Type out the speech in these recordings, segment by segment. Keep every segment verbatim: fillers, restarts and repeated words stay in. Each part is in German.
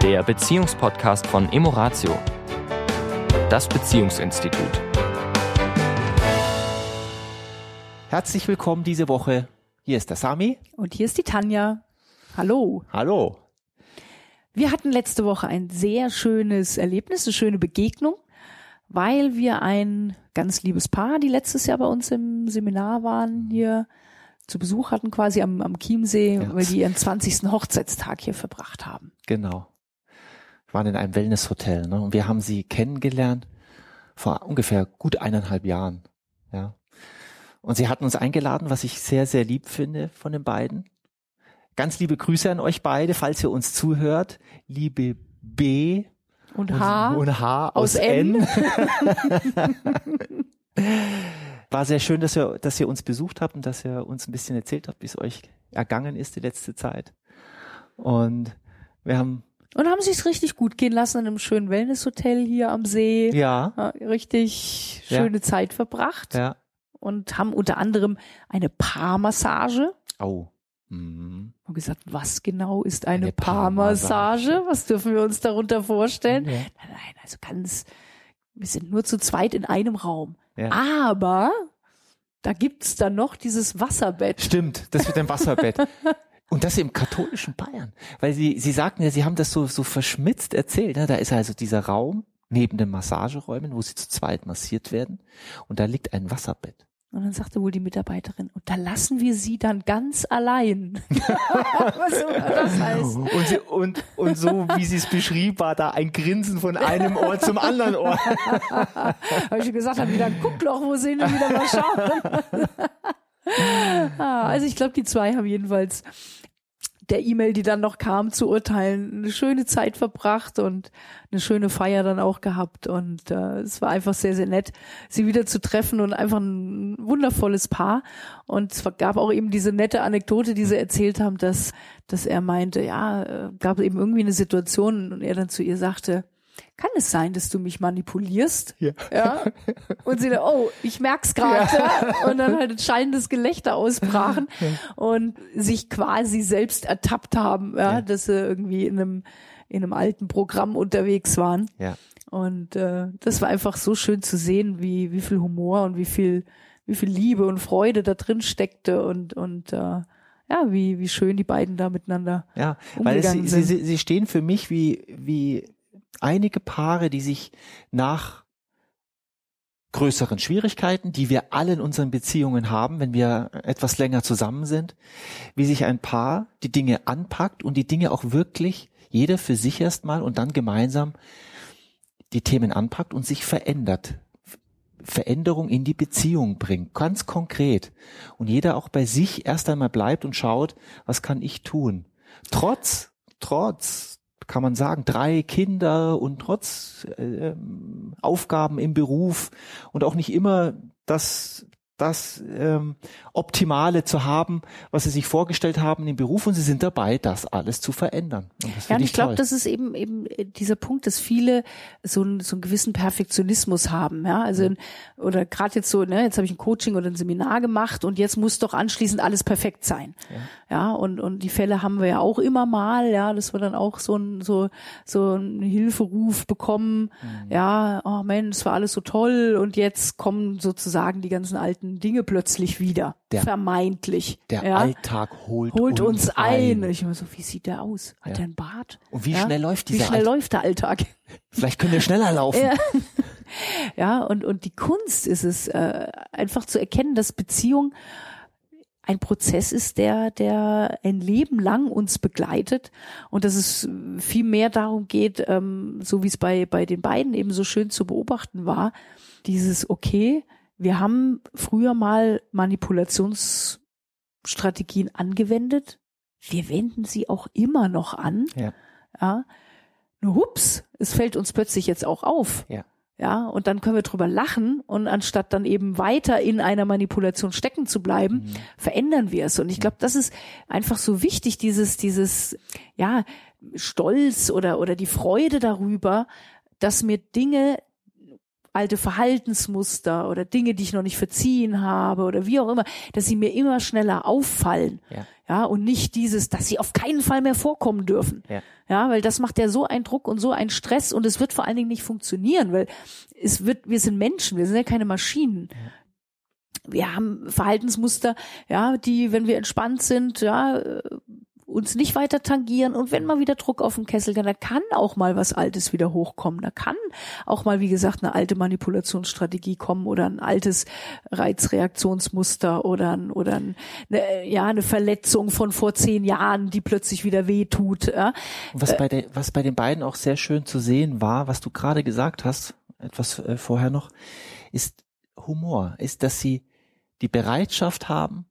der Beziehungspodcast von Emoratio, das Beziehungsinstitut. Herzlich willkommen diese Woche. Hier ist der Sami. Und hier ist die Tanja. Hallo. Hallo. Wir hatten letzte Woche ein sehr schönes Erlebnis, eine schöne Begegnung, weil wir ein ganz liebes Paar, die letztes Jahr bei uns im Seminar waren, hier zu Besuch hatten, quasi am, am Chiemsee, ja. Weil die ihren zwanzigsten Hochzeitstag hier verbracht haben. Genau. Wir waren in einem Wellnesshotel, ne? Und wir haben sie kennengelernt vor ungefähr gut eineinhalb Jahren. Ja. Und sie hatten uns eingeladen, was ich sehr, sehr lieb finde von den beiden. Ganz liebe Grüße an euch beide, falls ihr uns zuhört. Liebe B und H, und, und H aus, aus N. War sehr schön, dass ihr, dass ihr uns besucht habt und dass ihr uns ein bisschen erzählt habt, wie es euch ergangen ist die letzte Zeit. Und wir haben Und haben sich's richtig gut gehen lassen in einem schönen Wellnesshotel hier am See. Ja. ja richtig schöne ja. Zeit verbracht. Ja. Und haben unter anderem eine Paarmassage. Oh. Mhm. Und gesagt, was genau ist eine, eine Paarmassage? Paarmassage? Was dürfen wir uns darunter vorstellen? Ja. Nein, nein, also ganz, wir sind nur zu zweit in einem Raum. Ja. Aber da gibt's dann noch dieses Wasserbett. Stimmt, das mit dem Wasserbett. Und das im katholischen Bayern. Weil sie, sie sagten ja, sie haben das so, so verschmitzt erzählt. Ne? Da ist also dieser Raum neben den Massageräumen, wo sie zu zweit massiert werden. Und da liegt ein Wasserbett. Und dann sagte wohl die Mitarbeiterin, und da lassen wir sie dann ganz allein. Was immer das heißt. Und, sie, und, und so, wie sie es beschrieb, war da ein Grinsen von einem Ohr zum anderen Ohr. Habe ich gesagt, hab wieder ein Guckloch, wo sehen wir wieder mal schauen. ah, also ich glaube, die zwei haben jedenfalls der E-Mail, die dann noch kam, zu urteilen, eine schöne Zeit verbracht und eine schöne Feier dann auch gehabt. Und äh, es war einfach sehr, sehr nett, sie wieder zu treffen und einfach ein wundervolles Paar. Und es gab auch eben diese nette Anekdote, die sie erzählt haben, dass, dass er meinte, ja, gab eben irgendwie eine Situation und er dann zu ihr sagte, kann es sein, dass du mich manipulierst? Ja. ja? Und sie dann, oh, ich merk's gerade. Ja. Und dann halt ein schallendes Gelächter ausbrachen ja. und sich quasi selbst ertappt haben, ja, ja. dass sie irgendwie in einem, in einem alten Programm unterwegs waren. Ja. Und äh, das war einfach so schön zu sehen, wie, wie viel Humor und wie viel, wie viel Liebe und Freude da drin steckte und, und, äh, ja, wie, wie schön die beiden da miteinander ja, umgegangen weil es, sind. Sie, sie stehen für mich wie, wie, einige Paare, die sich nach größeren Schwierigkeiten, die wir alle in unseren Beziehungen haben, wenn wir etwas länger zusammen sind, wie sich ein Paar die Dinge anpackt und die Dinge auch wirklich jeder für sich erstmal und dann gemeinsam die Themen anpackt und sich verändert. Veränderung in die Beziehung bringt, ganz konkret. Und jeder auch bei sich erst einmal bleibt und schaut, was kann ich tun? Trotz, trotz kann man sagen, drei Kinder und trotz äh, Aufgaben im Beruf und auch nicht immer das das ähm, Optimale zu haben, was sie sich vorgestellt haben im Beruf, und sie sind dabei, das alles zu verändern. Und das ja, und ich ich glaube, toll. das ist eben eben dieser Punkt, dass viele so, ein, so einen gewissen Perfektionismus haben, ja, also in, oder gerade jetzt so, ne, jetzt habe ich ein Coaching oder ein Seminar gemacht und jetzt muss doch anschließend alles perfekt sein, ja, ja und und die Fälle haben wir ja auch immer mal, ja, dass wir dann auch so ein so so einen Hilferuf bekommen, mhm. ja, oh Mensch, es war alles so toll und jetzt kommen sozusagen die ganzen alten Dinge plötzlich wieder, der, vermeintlich. Der ja. Alltag holt, holt uns, uns ein. ein. Ich immer so, wie sieht der aus? Hat ja. der einen Bart? Und wie ja? schnell läuft dieser Wie schnell Alltag? läuft der Alltag? Vielleicht können wir schneller laufen. Ja, ja und, und die Kunst ist es, äh, einfach zu erkennen, dass Beziehung ein Prozess ist, der, der ein Leben lang uns begleitet und dass es viel mehr darum geht, ähm, so wie es bei, bei den beiden eben so schön zu beobachten war, dieses, okay, wir haben früher mal Manipulationsstrategien angewendet. Wir wenden sie auch immer noch an. Ja. Ja. Nur hups, es fällt uns plötzlich jetzt auch auf. Ja. Ja, und dann können wir drüber lachen und anstatt dann eben weiter in einer Manipulation stecken zu bleiben, mhm. verändern wir es. Und ich glaube, das ist einfach so wichtig, dieses, dieses, ja, Stolz oder, oder die Freude darüber, dass mir Dinge alte Verhaltensmuster oder Dinge, die ich noch nicht verziehen habe oder wie auch immer, dass sie mir immer schneller auffallen. Ja. Ja, und nicht dieses, dass sie auf keinen Fall mehr vorkommen dürfen. Ja. Ja, weil das macht ja so einen Druck und so einen Stress und es wird vor allen Dingen nicht funktionieren, weil es wird, wir sind Menschen, wir sind ja keine Maschinen. Ja. Wir haben Verhaltensmuster, ja, die, wenn wir entspannt sind, ja, uns nicht weiter tangieren und wenn mal wieder Druck auf den Kessel kann, da kann auch mal was Altes wieder hochkommen. Da kann auch mal, wie gesagt, eine alte Manipulationsstrategie kommen oder ein altes Reizreaktionsmuster oder, ein, oder ein, eine, ja, eine Verletzung von vor zehn Jahren, die plötzlich wieder wehtut. Ja. Was bei der, was bei den beiden auch sehr schön zu sehen war, was du gerade gesagt hast, etwas äh, vorher noch, ist Humor, ist, dass sie die Bereitschaft haben,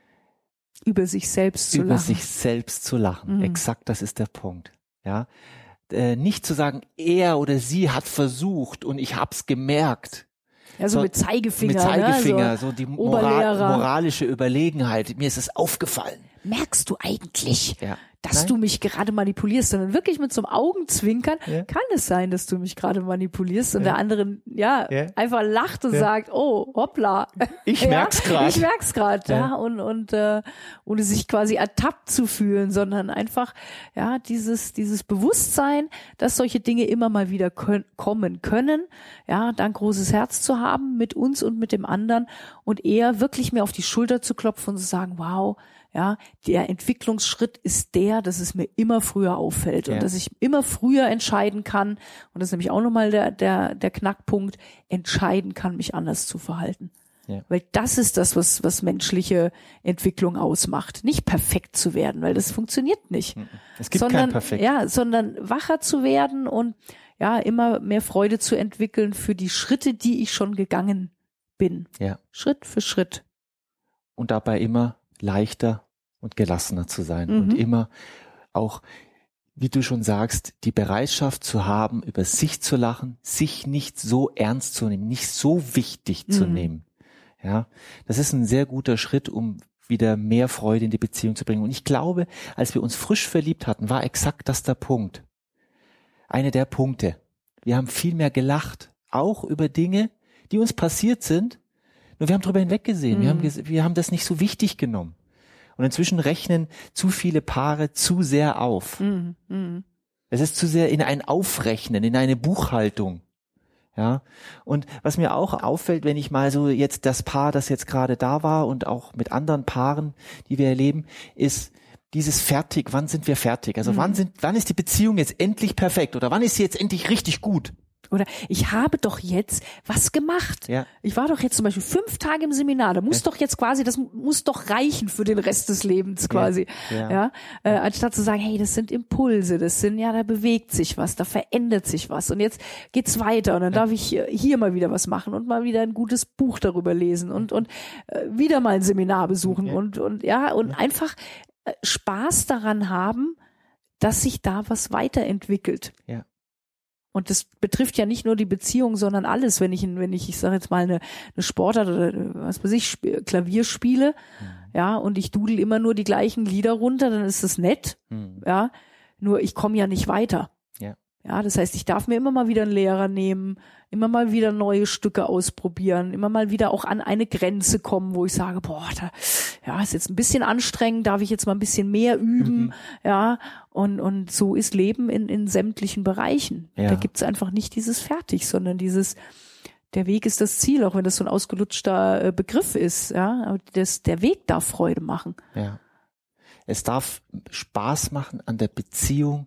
über sich selbst zu über lachen. sich selbst zu lachen. Mhm. Exakt, das ist der Punkt. Ja, äh, nicht zu sagen, er oder sie hat versucht und ich hab's gemerkt. Ja, so, so mit Zeigefinger. Mit Zeigefinger, ne? so, so die Oberlehrer. Moral, moralische Überlegenheit. Mir ist es aufgefallen. Merkst du eigentlich, Ja. dass Nein. du mich gerade manipulierst, sondern wirklich mit so einem Augenzwinkern Ja. kann es sein, dass du mich gerade manipulierst und Ja. der andere ja, Ja. einfach lacht und Ja. sagt, oh, hoppla. Ich Ja, merk's gerade. Ich merk's gerade, ja. Ja. und und äh, ohne sich quasi ertappt zu fühlen, sondern einfach ja dieses dieses Bewusstsein, dass solche Dinge immer mal wieder kön- kommen können, ja, dann großes Herz zu haben mit uns und mit dem anderen und eher wirklich mir auf die Schulter zu klopfen und zu sagen, wow, ja, der Entwicklungsschritt ist der, dass es mir immer früher auffällt Ja. und dass ich immer früher entscheiden kann, und das ist nämlich auch nochmal der, der, der Knackpunkt, entscheiden kann, mich anders zu verhalten. Ja. Weil das ist das, was, was menschliche Entwicklung ausmacht. Nicht perfekt zu werden, weil das funktioniert nicht. Es gibt sondern, kein Perfekt. Ja, sondern wacher zu werden und ja, immer mehr Freude zu entwickeln für die Schritte, die ich schon gegangen bin. Ja. Schritt für Schritt. Und dabei immer leichter und gelassener zu sein Mhm. und immer auch, wie du schon sagst, die Bereitschaft zu haben, über sich zu lachen, sich nicht so ernst zu nehmen, nicht so wichtig zu Mhm. nehmen. Ja, das ist ein sehr guter Schritt, um wieder mehr Freude in die Beziehung zu bringen. Und ich glaube, als wir uns frisch verliebt hatten, war exakt das der Punkt. Eine der Punkte. Wir haben viel mehr gelacht, auch über Dinge, die uns passiert sind. Nur wir haben drüber hinweggesehen. Mhm. Wir haben, ges- wir haben das nicht so wichtig genommen. Und inzwischen rechnen zu viele Paare zu sehr auf. Mhm. Mhm. Es ist zu sehr in ein Aufrechnen, in eine Buchhaltung. Ja. Und was mir auch auffällt, wenn ich mal so jetzt das Paar, das jetzt gerade da war und auch mit anderen Paaren, die wir erleben, ist dieses fertig. Wann sind wir fertig? Also Mhm. wann sind, wann ist die Beziehung jetzt endlich perfekt? Oder wann ist sie jetzt endlich richtig gut? Oder ich habe doch jetzt was gemacht. Ja. Ich war doch jetzt zum Beispiel fünf Tage im Seminar. Da muss Ja. doch jetzt quasi, das muss doch reichen für den Rest des Lebens quasi. Ja. Ja. Äh, anstatt zu sagen, hey, das sind Impulse, das sind, ja, da bewegt sich was, da verändert sich was. Und jetzt geht's weiter und dann darf ich äh, hier mal wieder was machen und mal wieder ein gutes Buch darüber lesen und, und äh, wieder mal ein Seminar besuchen Ja. und, und, ja, und einfach äh, Spaß daran haben, dass sich da was weiterentwickelt. Ja. Und das betrifft ja nicht nur die Beziehung, sondern alles. Wenn ich, wenn ich, ich sage jetzt mal eine, eine Sportart oder was weiß ich, Sp- Klavier spiele, Mhm. ja, und ich dudel immer nur die gleichen Lieder runter, dann ist das nett, Hm. ja. Nur ich komme ja nicht weiter. Ja. Ja, das heißt, ich darf mir immer mal wieder einen Lehrer nehmen, immer mal wieder neue Stücke ausprobieren, immer mal wieder auch an eine Grenze kommen, wo ich sage, boah, da, ja, ist jetzt ein bisschen anstrengend, darf ich jetzt mal ein bisschen mehr üben, Mhm. ja, und, und so ist Leben in, in sämtlichen Bereichen. Ja. Da gibt's einfach nicht dieses Fertig, sondern dieses, der Weg ist das Ziel, auch wenn das so ein ausgelutschter äh, Begriff ist, ja, aber das, der Weg darf Freude machen. Ja. Es darf Spaß machen an der Beziehung,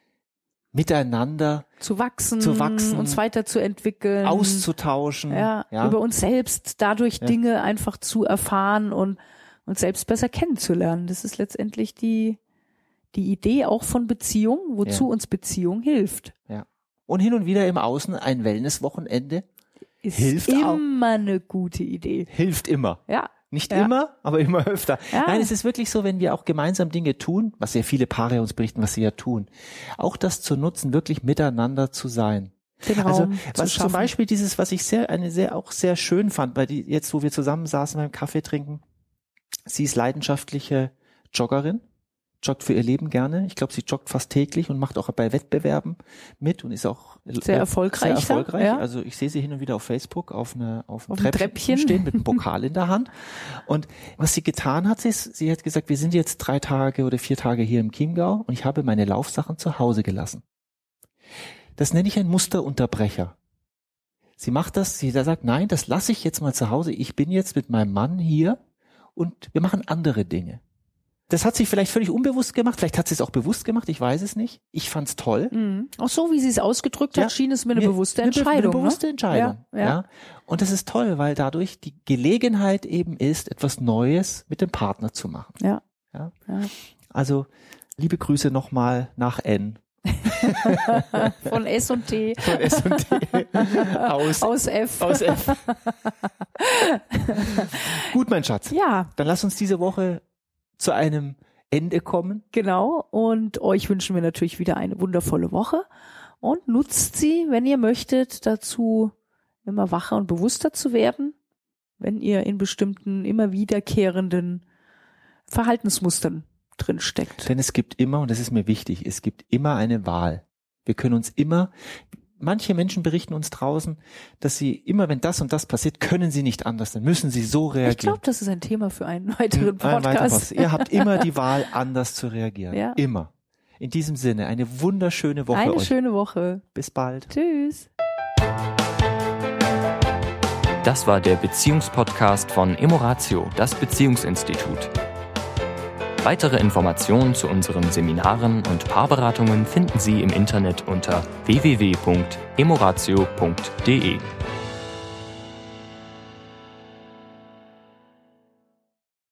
miteinander Zu wachsen, Zu wachsen, uns weiterzuentwickeln. auszutauschen. Ja, ja. über uns selbst dadurch Ja. Dinge einfach zu erfahren und uns selbst besser kennenzulernen. Das ist letztendlich die, die Idee auch von Beziehung, wozu Ja. uns Beziehung hilft. Und hin und wieder im Außen ein Wellnesswochenende Ist Hilft auch. immer eine gute Idee. hilft immer. Ja. Nicht Ja. immer, aber immer öfter. Ja. Nein, es ist wirklich so, wenn wir auch gemeinsam Dinge tun, was sehr viele Paare uns berichten, was sie ja tun, auch das zu nutzen, wirklich miteinander zu sein. Den Also Raum zu was zum schaffen. Beispiel dieses, was ich sehr, eine sehr auch sehr schön fand, weil die jetzt, wo wir zusammen saßen beim Kaffee trinken, sie ist leidenschaftliche Joggerin, joggt für ihr Leben gerne. Ich glaube, sie joggt fast täglich und macht auch bei Wettbewerben mit und ist auch sehr erfolgreich. Sehr erfolgreich. Ja. Also ich sehe sie hin und wieder auf Facebook auf, eine, auf, auf einem Treppchen, Treppchen stehen mit einem Pokal in der Hand. Und was sie getan hat, ist, sie hat gesagt, wir sind jetzt drei Tage oder vier Tage hier im Chiemgau und ich habe meine Laufsachen zu Hause gelassen. Das nenne ich einen Musterunterbrecher. Sie macht das, sie sagt, nein, das lasse ich jetzt mal zu Hause. Ich bin jetzt mit meinem Mann hier und wir machen andere Dinge. Das hat sie vielleicht völlig unbewusst gemacht, vielleicht hat sie es auch bewusst gemacht, ich weiß es nicht. Ich fand's toll. Mhm. Auch so, wie sie es ausgedrückt hat, ja, schien es mir eine mir, bewusste eine Entscheidung. Eine bewusste ne? Entscheidung, ja, ja. ja. Und das ist toll, weil dadurch die Gelegenheit eben ist, etwas Neues mit dem Partner zu machen. Ja. ja. ja. Also, liebe Grüße nochmal nach N. Von S und T. Von S und T. Aus, aus F. Aus F. Gut, mein Schatz. Ja. Dann lass uns diese Woche zu einem Ende kommen. Genau. Und euch wünschen wir natürlich wieder eine wundervolle Woche. Und nutzt sie, wenn ihr möchtet, dazu immer wacher und bewusster zu werden, wenn ihr in bestimmten, immer wiederkehrenden Verhaltensmustern drin steckt. Denn es gibt immer, und das ist mir wichtig, es gibt immer eine Wahl. Wir können uns immer, manche Menschen berichten uns draußen, dass sie immer, wenn das und das passiert, können sie nicht anders, dann müssen sie so reagieren. Ich glaube, das ist ein Thema für einen weiteren Podcast. Ein weiterer Ihr habt immer die Wahl, anders zu reagieren. Ja. Immer. In diesem Sinne, eine wunderschöne Woche Eine euch. schöne Woche. Bis bald. Tschüss. Das war der Beziehungspodcast von Emoratio, das Beziehungsinstitut. Weitere Informationen zu unseren Seminaren und Paarberatungen finden Sie im Internet unter w w w punkt emoratio punkt d e.